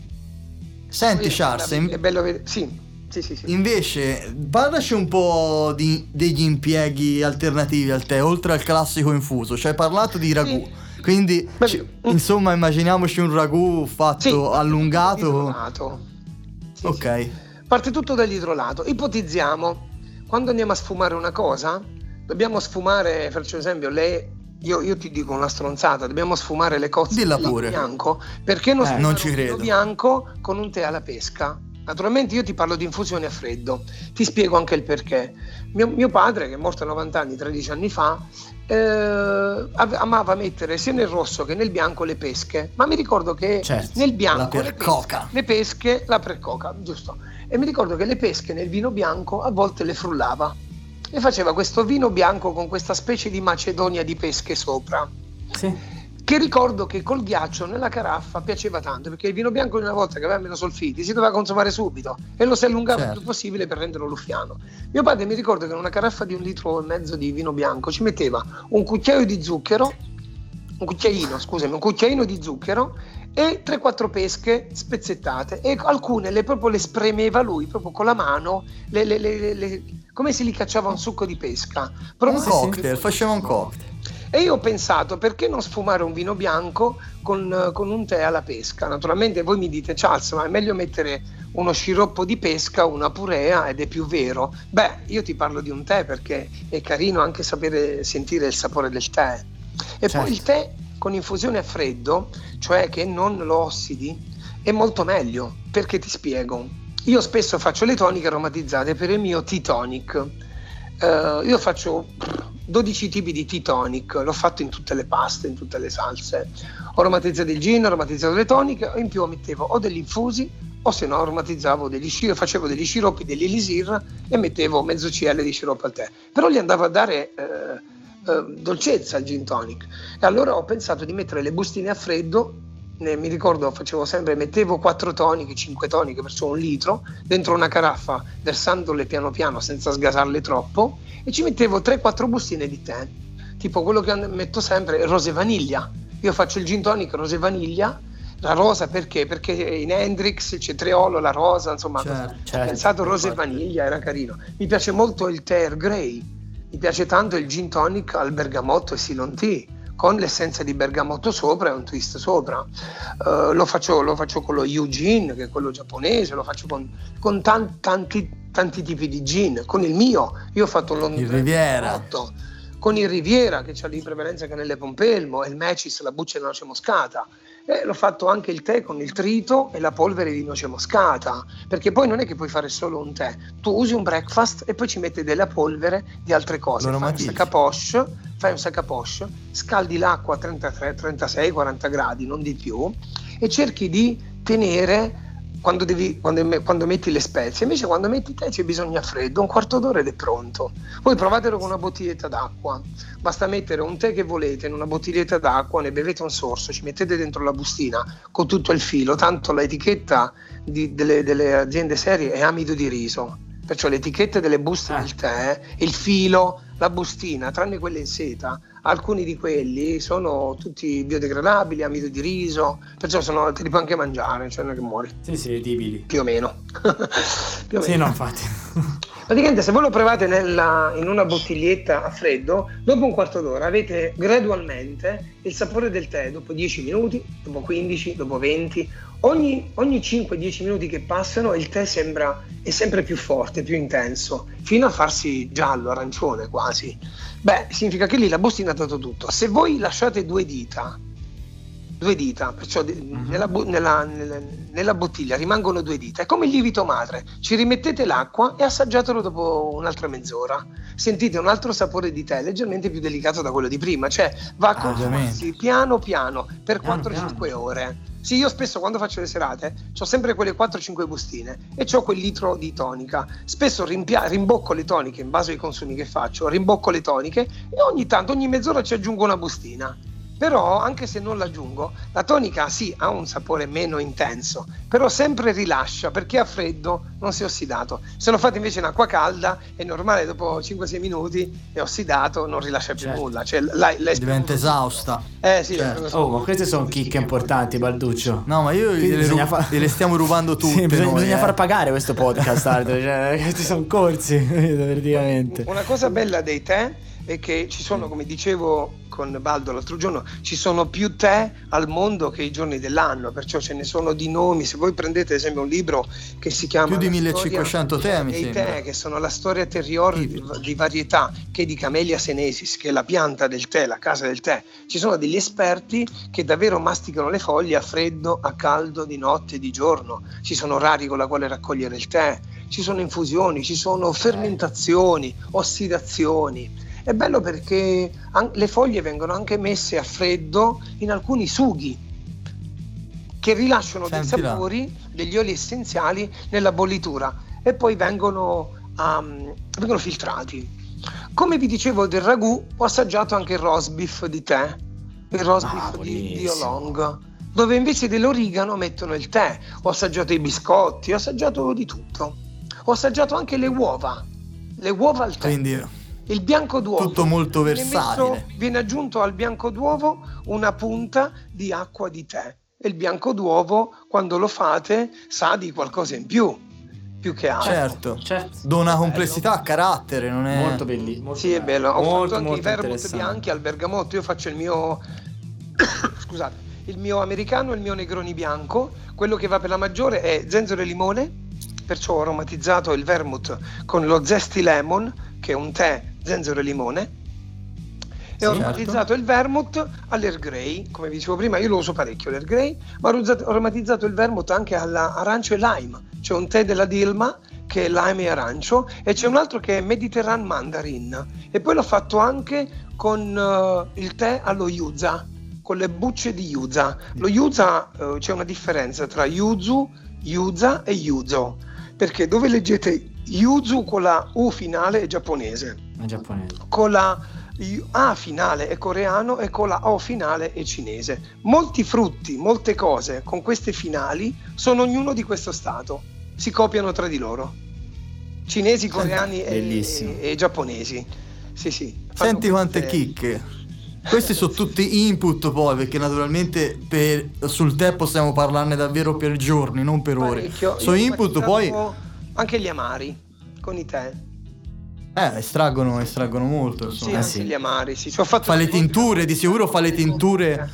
Senti Poi Charles, è in- bello vedere. Sì, sì, sì, sì. invece parlaci un po' di- degli impieghi alternativi al tè, oltre al classico infuso. Ci hai parlato di ragù, Sì. quindi Beh, ci- mm. insomma immaginiamoci un ragù fatto Sì, allungato. idrolato. Sì, Ok. sì. Parte tutto dall'idrolato. Ipotizziamo, quando andiamo a sfumare una cosa, dobbiamo sfumare, faccio esempio, le, io, io ti dico una stronzata, dobbiamo sfumare le cozze Dilla di vino pure. bianco, perché non Eh, sfumare non ci un vino credo. bianco con un tè alla pesca? Naturalmente io ti parlo di infusioni a freddo, ti spiego anche il perché. Mio, mio padre, che è morto a novanta anni, tredici anni fa, eh, ave- amava mettere sia nel rosso che nel bianco le pesche, ma mi ricordo che Certo. nel bianco La le percoca. pesche, le pesche, la percoca, giusto. E mi ricordo che le pesche nel vino bianco a volte le frullava e faceva questo vino bianco con questa specie di macedonia di pesche sopra, Sì. che ricordo che col ghiaccio nella caraffa piaceva tanto, perché il vino bianco una volta che aveva meno solfiti si doveva consumare subito e lo si allungava Certo. il più possibile per renderlo luffiano. Mio padre mi ricordo che in una caraffa di un litro e mezzo di vino bianco ci metteva un cucchiaio di zucchero, un cucchiaino, scusami, un cucchiaino di zucchero e tre quattro pesche spezzettate, e alcune le proprio le spremeva lui proprio con la mano, le, le- le- le- le- come se li cacciava un succo di pesca. Proprio Un per- cocktail, faceva un cocktail. E io ho pensato, perché non sfumare un vino bianco con, con un tè alla pesca? Naturalmente voi mi dite, Charles, ma è meglio mettere uno sciroppo di pesca, una purea, ed è più vero. Beh, io ti parlo di un tè perché è carino anche sapere sentire il sapore del tè. E Certo. poi il tè con infusione a freddo, cioè che non lo ossidi, è molto meglio, perché ti spiego. Io spesso faccio le toniche aromatizzate per il mio tea tonic. Eh, io faccio dodici tipi di tea tonic, l'ho fatto in tutte le paste, in tutte le salse. Ho aromatizzato il gin, ho aromatizzato le toniche, e in più mettevo o degli infusi o se no aromatizzavo degli sciroppi, facevo degli sciroppi degli elisir e mettevo mezzo cl di sciroppo al tè. Però gli andavo a dare eh, eh, dolcezza al gin tonic. E allora ho pensato di mettere le bustine a freddo. Ne- mi ricordo, facevo sempre, mettevo quattro toniche, cinque toniche, perciò un litro, dentro una caraffa, versandole piano piano senza sgasarle troppo, e ci mettevo tre quattro bustine di tè, tipo quello che metto sempre, rose vaniglia. Io faccio il gin tonic rose vaniglia, la rosa perché? Perché in Hendrix, il cetriolo, la rosa, insomma, Certo, ho certo, pensato rose e infatti. vaniglia, era carino. Mi piace molto il tè Earl Grey, mi piace tanto il gin tonic al bergamotto e Ceylon Tea, con l'essenza di bergamotto sopra e un twist sopra. Uh, lo, faccio, lo faccio con lo Eugene, che è quello giapponese, lo faccio con, con tan, tanti, tanti tipi di gin, con il mio, io ho fatto l'On il Riviera, con il Riviera che ha di prevalenza cannella pompelmo, e il Mecis, la buccia di noce moscata. E l'ho fatto anche il tè con il trito e la polvere di noce moscata, perché poi non è che puoi fare solo un tè, tu usi un breakfast e poi ci metti della polvere di altre cose, fai un sac à poche, fai un sac à poche, scaldi l'acqua a trentatré, trentasei, quaranta gradi, non di più, e cerchi di tenere quando, devi, quando, quando metti le spezie. Invece quando metti tè c'è bisogno a freddo, un quarto d'ora ed è pronto. Poi provatelo con una bottiglietta d'acqua, basta mettere un tè che volete in una bottiglietta d'acqua, ne bevete un sorso, ci mettete dentro la bustina con tutto il filo, tanto l'etichetta di, delle, delle aziende serie è amido di riso, perciò le etichette delle buste Ah. del tè, il filo, la bustina, tranne quelle in seta, alcuni di quelli sono tutti biodegradabili, amido di riso, perciò sono, te li puoi anche mangiare, cioè non è che muori, Sì, sì, edibili. più o meno. Più o Sì, meno. no, infatti. Praticamente se voi lo provate nella, in una bottiglietta a freddo, dopo un quarto d'ora avete gradualmente il sapore del tè, dopo dieci minuti, dopo quindici, dopo venti, ogni, ogni cinque dieci minuti che passano il tè sembra è sempre più forte, più intenso, fino a farsi giallo, arancione quasi. Beh, significa che lì la bustina ha dato tutto. Se voi lasciate due dita, due dita, perciò Mhm. nella, bu- nella- nella- nella bottiglia rimangono due dita, è come il lievito madre, ci rimettete l'acqua e assaggiatelo dopo un'altra mezz'ora, sentite un altro sapore di tè leggermente più delicato da quello di prima, cioè va a Ah, consumarsi piano piano per Piano, quattro cinque piano. ore. Sì, io spesso quando faccio le serate ho sempre quelle quattro cinque bustine e ho quel litro di tonica, spesso rimpia- rimbocco le toniche in base ai consumi che faccio, rimbocco le toniche e ogni tanto, ogni mezz'ora ci aggiungo una bustina. Però anche se non l'aggiungo, la tonica sì ha un sapore meno intenso, però sempre rilascia perché a freddo non si è ossidato. Se lo fate invece in acqua calda è normale, dopo cinque sei minuti è ossidato, non rilascia più Certo. nulla, cioè l'hai, l'hai diventa spemuto. esausta. Eh sì, Certo. Oh, ma queste sono chicche importanti, Balduccio. No, ma io Quindi gliele, bisogna ru- fa- gliele stiamo rubando tutte. Sì, bisogna, noi, bisogna eh. far pagare questo podcast, Aldo, cioè, questi sono corsi, praticamente. Una cosa bella dei tè è che ci sono, come dicevo con Baldo l'altro giorno, ci sono più tè al mondo che i giorni dell'anno, perciò ce ne sono di nomi. Se voi prendete ad esempio un libro che si chiama Più di La millecinquecento storia tè, mi dei sembra. tè, che sono la storia anteriore di, di varietà, che è di Camellia senensis, che è la pianta del tè, la casa del tè, ci sono degli esperti che davvero masticano le foglie a freddo, a caldo, di notte, di giorno. Ci sono rari con la quale raccogliere il tè, ci sono infusioni, ci sono fermentazioni, ossidazioni. È bello perché an- le foglie vengono anche messe a freddo in alcuni sughi che rilasciano dei Senti là. sapori, degli oli essenziali nella bollitura e poi vengono, um, vengono filtrati. Come vi dicevo del ragù, ho assaggiato anche il roast beef di tè, il roast Ah, beef di, di buonissimo. Oolong, dove invece dell'origano mettono il tè. Ho assaggiato i biscotti, ho assaggiato di tutto. Ho assaggiato anche le uova, le uova al tè. Quindi Il bianco d'uovo. tutto molto Viene versatile. messo- Viene aggiunto al bianco d'uovo una punta di acqua di tè. E il bianco d'uovo, quando lo fate, sa di qualcosa in più, più che altro. Certo, Certo. dona complessità a carattere, non è... Molto belli. Molto Sì, è bello. Ho molto, fatto anche molto i vermouth interessante. bianchi al bergamotto. Io faccio il mio scusate, il mio americano e il mio Negroni bianco. Quello che va per la maggiore è zenzero e limone, perciò ho aromatizzato il vermouth con lo zesty lemon, che è un tè zenzero e limone. E ho Sì, aromatizzato certo. il vermouth all'Earl Grey, come vi dicevo prima, io lo uso parecchio l'Earl Grey, ma ho usato- ho aromatizzato il vermouth anche all'arancio e lime. C'è un tè della Dilma che è lime e arancio e c'è un altro che è Mediterranean Mandarin, e poi l'ho fatto anche con eh, il tè allo yuza, con le bucce di yuza. Lo yuza, eh, c'è una differenza tra yuzu, yuza e yuzo, perché dove leggete yuzu con la U finale è giapponese, È giapponese. con la A finale è coreano e con la O finale è cinese. Molti frutti, molte cose con queste finali sono ognuno di questo stato, si copiano tra di loro, cinesi, coreani e, Bellissimo. e- e giapponesi. Sì, sì. Fanno Senti quante queste- chicche. Questi sono tutti input poi, perché naturalmente per- sul tè possiamo parlarne davvero per giorni, non per ore. Parecchio. Sono Io ho input matizzato poi... anche gli amari con i tè. Eh, estraggono, estraggono molto, Sì, insomma. anche sì. gli amari, sì. Ci ho fatto Fa le tinture, di sicuro fa le tinture.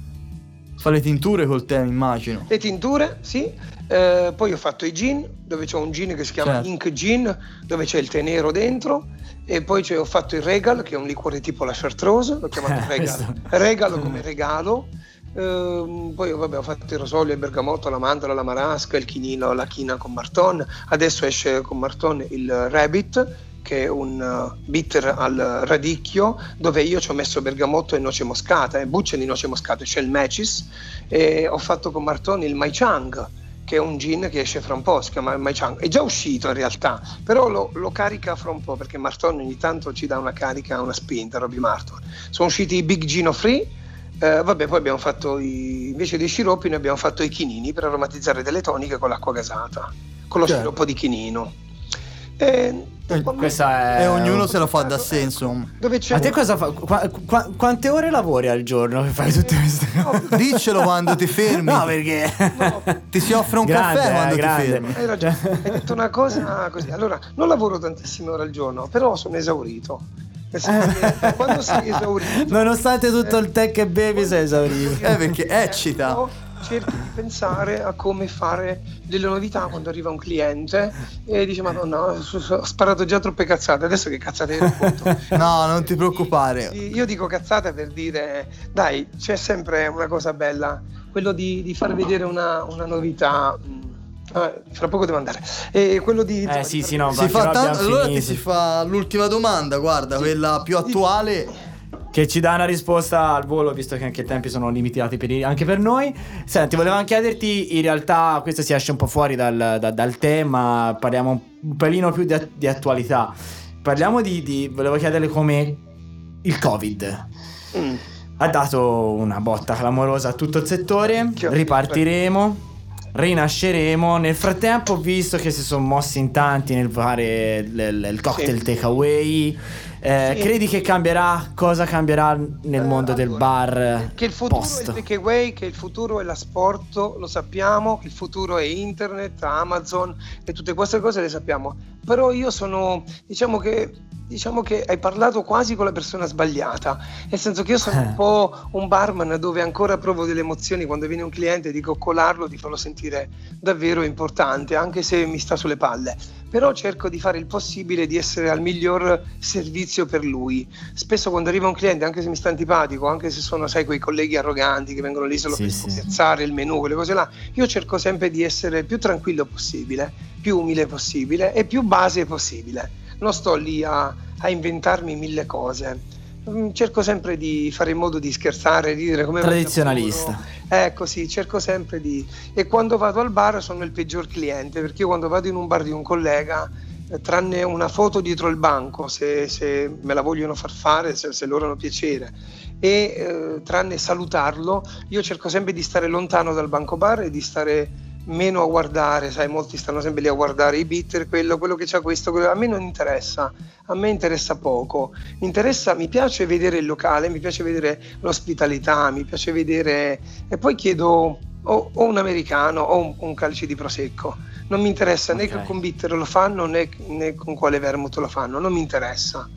Fa le tinture col tè, immagino. Le tinture, sì. Eh, poi ho fatto i gin, dove c'è un gin che si chiama Certo. Ink Gin, dove c'è il tè nero dentro. E poi c'è- ho fatto il Regal, che è un liquore tipo la Chartreuse, l'ho chiamato Eh, Regal. questo. Regal come regalo. Ehm, poi vabbè, ho fatto il rosolio, il bergamotto, la mandorla, la marasca, il chinino, la china con Marton. Adesso esce con Marton il Rabbit, che è un uh, bitter al radicchio, dove io ci ho messo bergamotto e noce moscata, e bucce di noce moscata, c'è il Matches. E ho fatto con Marton il Mai Chang, che è un gin che esce fra un po', si chiama Mai Chang. È già uscito in realtà, però lo, lo carica fra un po', perché Marton ogni tanto ci dà una carica, una spinta, Robbie Marton. Sono usciti i Big Gino Free. Eh, vabbè, poi abbiamo fatto i, invece dei sciroppi noi abbiamo fatto i chinini per aromatizzare delle toniche con l'acqua gasata, con lo Certo. sciroppo di chinino. E, Eh, Questa è E ognuno se lo fa da sé, insomma. dove c'è Ma te cosa fa? Qua- qua- quante ore lavori al giorno per fare tutte queste cose? Diccelo quando ti fermi. No, perché No, Ti si offre un Grande, caffè eh, quando grande. ti fermi. hai ragione, hai detto una cosa così. Allora, non lavoro tantissime ore al giorno, però sono esaurito. Nel senso che quando sei esaurito, nonostante tutto il tè che bevi sei esaurito. Eh, perché eccita. Però cerchi di pensare a come fare delle novità quando arriva un cliente e dice madonna, ho ho sparato già troppe cazzate, adesso che cazzate racconto? No, non ti preoccupare. Sì, io dico cazzate per dire dai, c'è sempre una cosa bella, quello di, di far vedere una, una novità. mm, eh, fra poco devo andare. E quello di Eh sì, sì, no, Si ma fa che no, tanto, abbiamo allora ti finito. si fa l'ultima domanda, guarda, quella più attuale. Che ci dà una risposta al volo, visto che anche i tempi sono limitati per i- anche per noi. Senti, volevamo chiederti, in realtà questo si esce un po' fuori dal, da- dal tema, parliamo un pelino più di, di attualità. Parliamo di, di, volevo chiederle come il Covid Mm. ha dato una botta clamorosa a tutto il settore, Chiaro. ripartiremo, rinasceremo. Nel frattempo ho visto che si sono mossi in tanti nel fare il, il- il cocktail Sì. takeaway. Eh, Sì. Credi che cambierà? Cosa cambierà nel Eh, mondo del allora, bar che il futuro post? è il takeaway, che il futuro è l'asporto, lo sappiamo, che il futuro è internet, Amazon e tutte queste cose le sappiamo. Però io sono, diciamo che, diciamo che hai parlato quasi con la persona sbagliata, nel senso che io sono un po' un barman dove ancora provo delle emozioni quando viene un cliente, dico coccolarlo, di farlo sentire davvero importante, anche se mi sta sulle palle. Però cerco di fare il possibile di essere al miglior servizio per lui. Spesso quando arriva un cliente, anche se mi sta antipatico, anche se sono, sai, quei colleghi arroganti che vengono lì solo Sì, per sì. spiazzare il menù, quelle cose là, io cerco sempre di essere il più tranquillo possibile, più umile possibile e più base possibile. Non sto lì a, a inventarmi mille cose. Mm, Cerco sempre di fare in modo di scherzare, ridere come va il Tradizionalista. lavoro. Ecco, sì, cerco sempre di... E quando vado al bar sono il peggior cliente, perché io quando vado in un bar di un collega, eh, tranne una foto dietro il banco, se, se me la vogliono far fare, se, se loro hanno piacere, e eh, tranne salutarlo, io cerco sempre di stare lontano dal banco bar e di stare meno a guardare, sai, molti stanno sempre lì a guardare i bitter, quello, quello che c'ha questo, quello. A me non interessa, a me interessa poco, interessa, mi piace vedere il locale, mi piace vedere l'ospitalità, mi piace vedere, e poi chiedo o, o un americano o un, un calice di prosecco, non mi interessa né Ok. che con bitter lo fanno né, né con quale vermouth lo fanno, non mi interessa.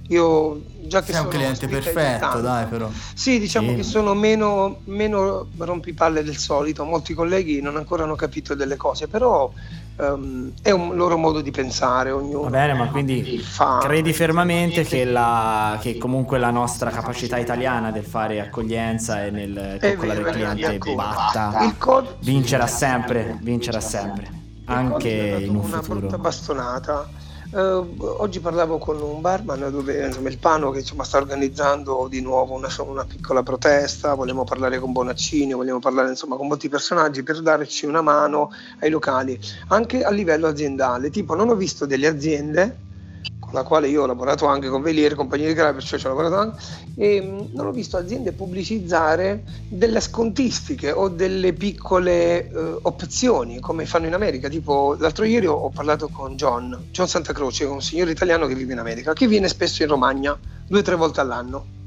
Io già che Sei un sono cliente ospite di perfetto, tanto. dai, però. Sì, diciamo Sì. che sono meno, meno rompipalle del solito. Molti colleghi non ancora hanno capito delle cose, però ehm, è un loro modo di pensare. Ognuno Va bene, ma quindi fa- credi fermamente che, la, che comunque la nostra capacità italiana del fare accoglienza e nel È coccolare il vero, è cliente vero. batta, Il Covid vincerà sempre, vincerà sempre, il anche Covid mi ha dato in un una futuro. brutta bastonata. Eh, oggi parlavo con un barman dove insomma, il Pano che insomma, sta organizzando di nuovo una, una piccola protesta, vogliamo parlare con Bonaccini, vogliamo parlare insomma, con molti personaggi per darci una mano ai locali, anche a livello aziendale. Tipo non ho visto delle aziende con la quale io ho lavorato anche con Velier, compagnia di gara, perciò ci ho lavorato anche, e mh, non ho visto aziende pubblicizzare delle scontistiche o delle piccole eh, opzioni come fanno in America. Tipo l'altro ieri ho, ho parlato con John, John Santa Croce, un signore italiano che vive in America, che viene spesso in Romagna due o tre volte all'anno.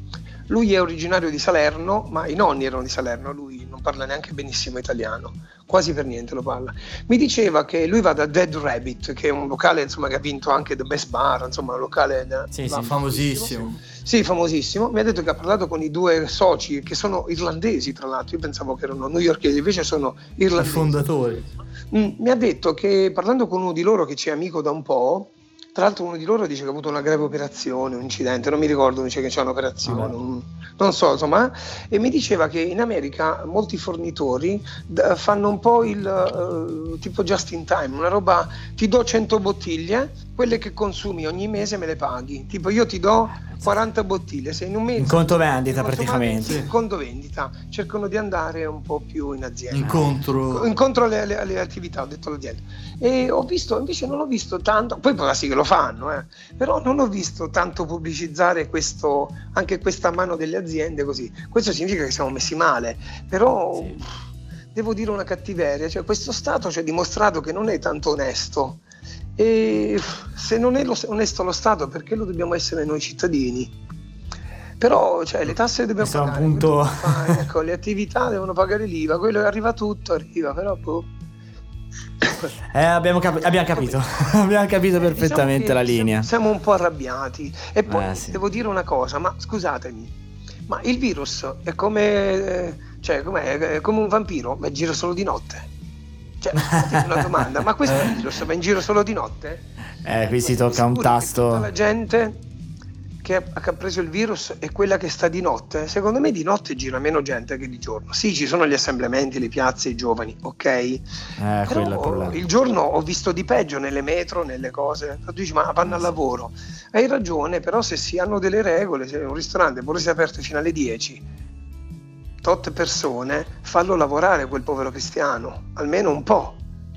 Lui è originario di Salerno, ma i nonni erano di Salerno, lui non parla neanche benissimo italiano, quasi per niente lo parla. Mi diceva che lui va da Dead Rabbit, che è un locale insomma che ha vinto anche The Best Bar, insomma un locale da, Sì, là, sì, famosissimo. Sì, famosissimo. Mi ha detto che ha parlato con i due soci che sono irlandesi, tra l'altro. Io pensavo che erano newyorkesi, invece sono I irlandesi. fondatori. Mm, mi ha detto che parlando con uno di loro che ci è amico da un po', tra l'altro uno di loro dice che ha avuto una grave operazione, un incidente, non mi ricordo, dice che c'è un'operazione, Ah, non, non so, insomma, e mi diceva che in America molti fornitori d- fanno un po' il uh, tipo just in time, una roba, ti do cento bottiglie, quelle che consumi ogni mese me le paghi, tipo io ti do quaranta bottiglie, se in un mese In conto vendita, consumate, praticamente. sì, in conto vendita, cercano di andare un po' più in azienda. Incontro. Incontro alle, alle- alle attività, ho detto all'azienda. E ho visto, invece non ho visto tanto, poi può darsi che lo fanno, eh, però non ho visto tanto pubblicizzare questo, anche questa mano delle aziende così. Questo significa che siamo messi male, però Sì. devo dire una cattiveria, cioè questo Stato ci ha dimostrato che non è tanto onesto. E se non è lo- onesto lo Stato, perché lo dobbiamo essere noi cittadini? Però cioè, le tasse le dobbiamo Questo è un pagare, punto- quello che fa, ecco, le attività devono pagare l'I V A, quello arriva tutto, arriva, però boh. Eh, abbiamo, capi- abbiamo capito. Abbiamo capito perfettamente Diciamo la che linea. Siamo un po' arrabbiati. E poi Eh, sì. devo dire una cosa, ma scusatemi, ma il virus è come, eh, cioè, com'è? È come un vampiro, ma gira solo di notte? Cioè, scusate, una domanda, ma questo virus va in giro solo di notte? Eh, qui si Siamo tocca un sicuri che tasto. tutta la gente che ha, che ha preso il virus è quella che sta di notte? Secondo me di notte gira meno gente che di giorno. Sì, ci sono gli assemblementi, le piazze, i giovani, ok? Eh, Però quello è il problema. il giorno ho visto di peggio nelle metro, nelle cose. Tu dici, ma vanno al lavoro. Hai ragione, però se si hanno delle regole, se un ristorante pure se è aperto fino alle dieci, tot persone, fallo lavorare quel povero cristiano, almeno un po'.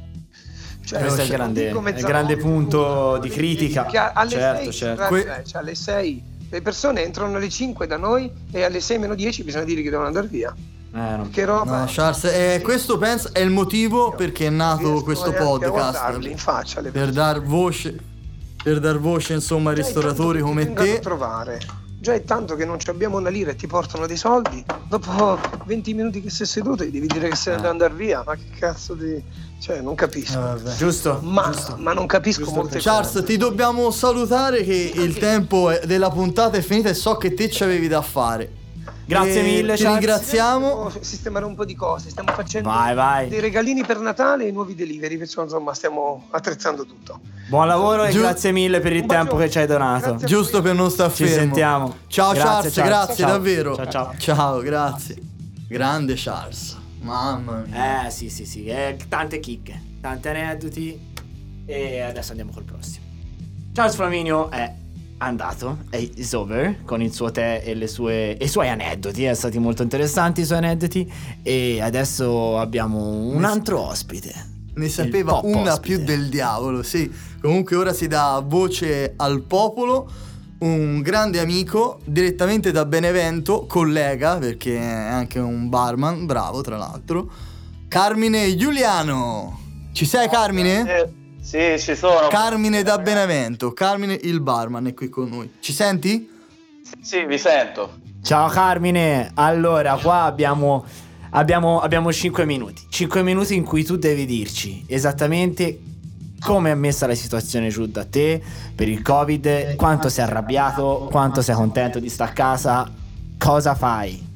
Cioè, Questo è il non grande- dico è il mezzanotte, grande punto di che- critica. che alle Certo, sei, certo. cioè, cioè, alle sei le persone entrano alle cinque da noi e alle sei meno dieci bisogna dire che devono andare via. Eh, no. Che roba. No, Charles, eh, questo penso è il motivo perché è nato Riesco questo neanche a podcast. guardarli in faccia le Per persone. dar voce, per dar voce insomma ai Già è tanto ristoratori che ti come vengono a te. trovare. Già è tanto che non ci abbiamo una lira e ti portano dei soldi. Dopo venti minuti che sei seduto gli devi dire che sei Eh. da andare via. Ma che cazzo di. Cioè, non capisco. Eh, vabbè. Giusto? ma, giusto. ma non capisco Giusto molte Charles, cose. ti dobbiamo salutare che Sì, il anche- tempo è- della puntata è finita e so che te ci avevi da fare. Grazie E mille, ti Charles. ringraziamo. Devo sistemare un po' di cose. Stiamo facendo Vai, vai. dei regalini per Natale e nuovi delivery. Perciò, insomma, stiamo attrezzando tutto. Buon lavoro e Giu- grazie mille per il Un tempo bacione. che ci hai donato. Grazie. Giusto per non star Ci fermo. sentiamo. Ciao Grazie, Charles, Charles. grazie Ciao. davvero. Ciao, ciao. Ciao, grazie. Grande Charles. Mamma mia. Eh, sì, sì, sì. Eh, tante chicche, tanti aneddoti. E adesso andiamo col prossimo. Charles Flaminio è andato, è is over con il suo tè e le sue e i suoi aneddoti. Sono stati molto interessanti i suoi aneddoti. E adesso abbiamo un Ne- altro ospite. Ne Il sapeva pop una ospite. più del diavolo, sì. Comunque ora si dà voce al popolo, un grande amico direttamente da Benevento, collega perché è anche un barman, bravo tra l'altro, Carmine Giuliano. Ci sei Carmine? Eh, sì, ci sono. Carmine da Benevento, Carmine il barman è qui con noi. Ci senti? Sì, vi sento. Ciao Carmine, allora qua abbiamo, abbiamo, abbiamo cinque minuti. cinque minuti in cui tu devi dirci esattamente come è messa la situazione giù da te per il Covid, quanto sei arrabbiato, quanto sei contento di stare a casa, cosa fai?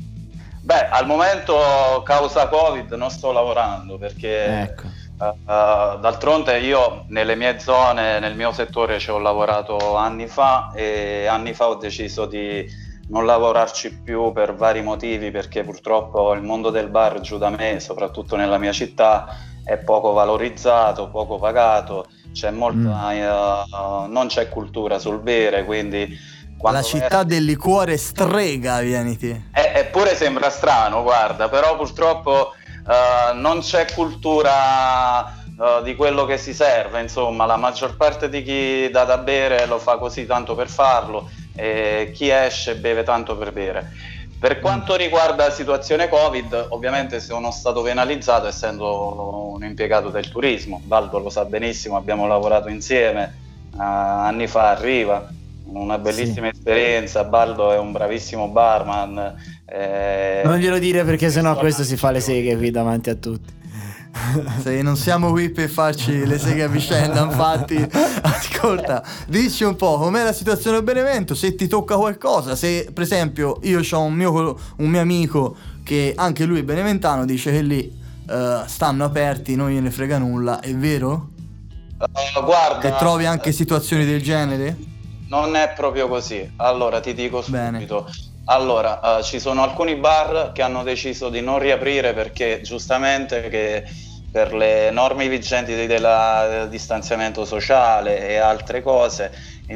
Beh, al momento causa Covid non sto lavorando perché Ecco. eh, eh, d'altronde io nelle mie zone, nel mio settore ci ho lavorato anni fa e anni fa ho deciso di non lavorarci più per vari motivi perché purtroppo il mondo del bar giù da me, soprattutto nella mia città, è poco valorizzato, poco pagato, c'è molta, eh, non c'è cultura sul bere, quindi quando La città del liquore strega, vieni te. Eh, eppure sembra strano, guarda, però purtroppo eh, non c'è cultura eh, di quello che si serve, insomma, la maggior parte di chi dà da bere lo fa così tanto per farlo e chi esce beve tanto per bere. Per quanto riguarda la situazione Covid, ovviamente sono stato penalizzato essendo un impiegato del turismo. Valdo lo sa benissimo, abbiamo lavorato insieme eh, anni fa a Riva. una bellissima sì. esperienza. Baldo è un bravissimo barman. Eh, non glielo dire perché sennò questo si fa le seghe qui davanti a tutti. Se non siamo qui per farci le seghe a vicenda, infatti. Ascolta, dici un po' com'è la situazione a Benevento, se ti tocca qualcosa, se per esempio io ho un mio, un mio amico che anche lui è beneventano, dice che lì uh, stanno aperti, non gliene frega nulla, è vero? Uh, guarda, che trovi anche situazioni del genere? Non è proprio così. Allora ti dico subito. Bene. Allora, uh, ci sono alcuni bar che hanno deciso di non riaprire perché giustamente che per le norme vigenti del, del distanziamento sociale e altre cose,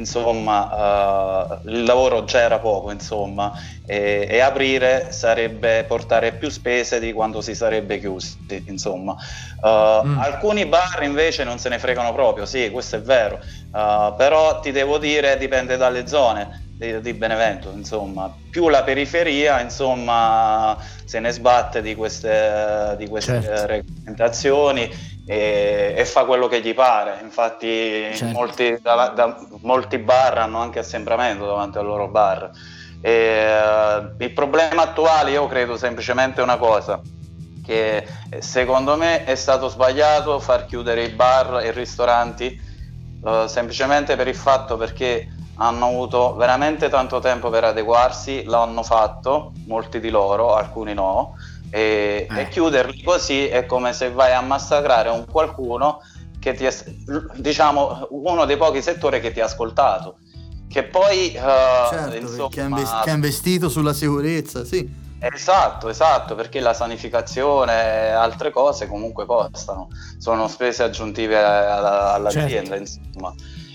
insomma, uh, il lavoro già era poco, insomma, e, e aprire sarebbe portare più spese di quanto si sarebbe chiusi, insomma. Uh, mm. Alcuni bar invece non se ne fregano proprio, sì, questo è vero, uh, però ti devo dire dipende dalle zone di, di Benevento, insomma, più la periferia, insomma, se ne sbatte di queste, di queste certo. regolamentazioni e, e fa quello che gli pare. Infatti certo. molti, da, da, molti bar hanno anche assembramento davanti al loro bar. E, uh, il problema attuale io credo semplicemente una cosa, che secondo me è stato sbagliato far chiudere i bar e i ristoranti uh, semplicemente per il fatto perché hanno avuto veramente tanto tempo per adeguarsi, l'hanno fatto, molti di loro, alcuni no, e, eh. e chiuderli così è come se vai a massacrare un qualcuno che ti è, diciamo, uno dei pochi settori che ti ha ascoltato, che poi uh, certo, insomma, che ha invest- che ha investito sulla sicurezza, sì. Esatto, esatto, perché la sanificazione e altre cose comunque costano, sono spese aggiuntive all'azienda, certo. insomma.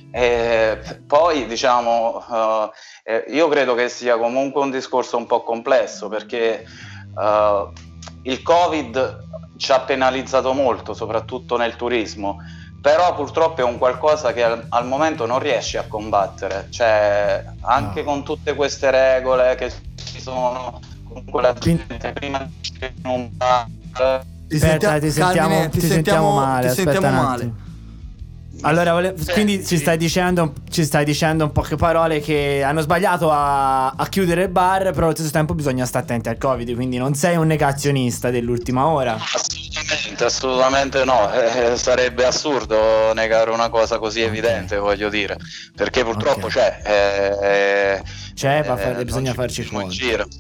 E poi diciamo uh, eh, io credo che sia comunque un discorso un po' complesso perché uh, il Covid ci ha penalizzato molto, soprattutto nel turismo, però purtroppo è un qualcosa che al, al momento non riesci a combattere, cioè anche no. con tutte queste regole che ci sono, comunque la gente prima di non bar, ti, sentia- Aspetta, ti sentiamo, Carmine, ti sentiamo male, ti aspetta sentiamo un male. attimo. Allora, vole- sì, quindi sì. ci stai dicendo ci stai dicendo in poche parole che hanno sbagliato a, a chiudere il bar, però allo stesso tempo bisogna stare attenti al Covid, quindi non sei un negazionista dell'ultima ora. Assolutamente, assolutamente no, eh, sarebbe assurdo negare una cosa così okay. evidente, voglio dire, perché purtroppo okay. c'è. Eh, c'è, ma eh, bisogna farci conto.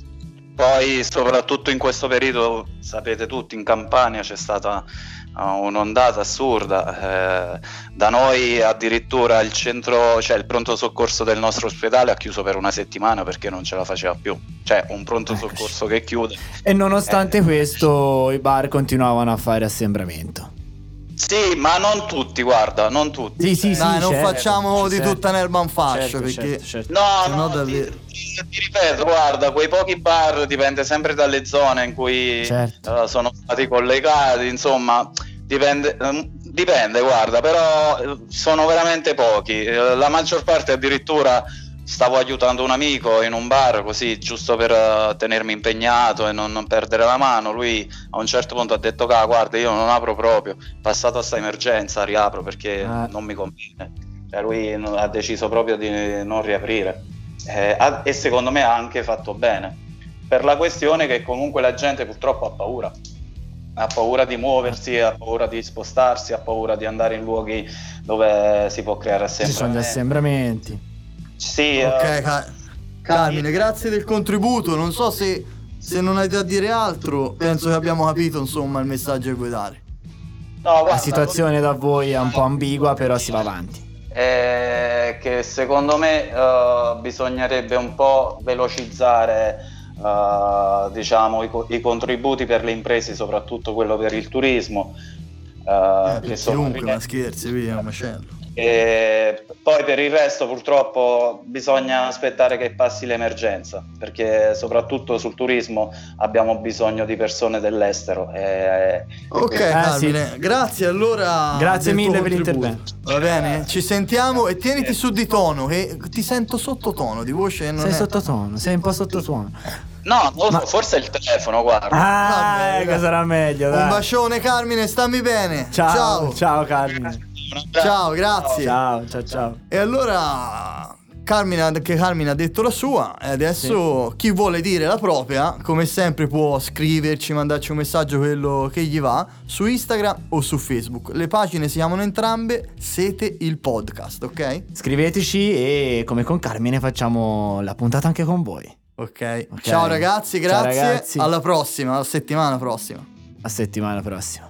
Poi soprattutto in questo periodo, sapete tutti, in Campania c'è stata un'ondata assurda, eh, da noi addirittura il centro, cioè il pronto soccorso del nostro ospedale ha chiuso per una settimana perché non ce la faceva più, cioè un pronto Eccoci. soccorso che chiude. E nonostante eh, questo i bar continuavano a fare assembramento. Sì, ma non tutti, guarda, non tutti. Sì, sì, sì, Dai, non certo, facciamo di certo. tutta un'erba un fascio, Certo, perché certo, certo. No, no, no, davvero. ti, ti ripeto, guarda, quei pochi bar dipende sempre dalle zone in cui certo. uh, sono stati collegati, insomma, dipende, um, dipende, guarda, però sono veramente pochi. La maggior parte addirittura stavo aiutando un amico in un bar così, giusto per uh, tenermi impegnato e non, non perdere la mano. Lui a un certo punto ha detto: ah, guarda, io non apro proprio, passato a sta emergenza riapro perché ah. non mi conviene. Cioè lui ha deciso proprio di non riaprire, eh, ha, e secondo me ha anche fatto bene, per la questione che comunque la gente purtroppo ha paura, ha paura di muoversi, ha paura di spostarsi, ha paura di andare in luoghi dove si può creare assembramenti. Ci sono gli assembramenti. Sì, ok, uh, Car- Carmine, grazie del contributo. Non so se, se non hai da dire altro, penso che abbiamo capito insomma il messaggio che vuoi dare. No, guarda, la situazione da voi è un po' ambigua, però si va avanti. È che secondo me uh, bisognerebbe un po' velocizzare uh, diciamo i, co- i contributi per le imprese, soprattutto quello per il turismo. Uh, eh, che sono chiunque, ma scherzi, via, un macello. E poi per il resto purtroppo bisogna aspettare che passi l'emergenza, perché soprattutto sul turismo abbiamo bisogno di persone dell'estero. E, ok, e Carmine, sì. grazie allora. Grazie mille per contributo. l'intervento. Va bene, ci sentiamo e tieniti su di tono, che ti sento sottotono di voce. Non sei è... sottotono, sei un po' sottotono. No, no Ma... forse è il telefono, guarda. Ah, Vabbè, ecco, sarà meglio. Dai. Un bacione, Carmine, stammi bene. Ciao, Ciao, ciao Carmine. ciao, grazie. Ciao, ciao, ciao. E allora, Carmine, anche Carmine ha detto la sua e adesso sì. Chi vuole dire la propria, come sempre può scriverci, mandarci un messaggio, quello che gli va, su Instagram o su Facebook. Le pagine si chiamano entrambe Sete il Podcast, ok? Scriveteci e come con Carmine facciamo la puntata anche con voi. Ok, okay. Ciao ragazzi, grazie. Ciao ragazzi. Alla prossima, alla settimana prossima. A settimana prossima.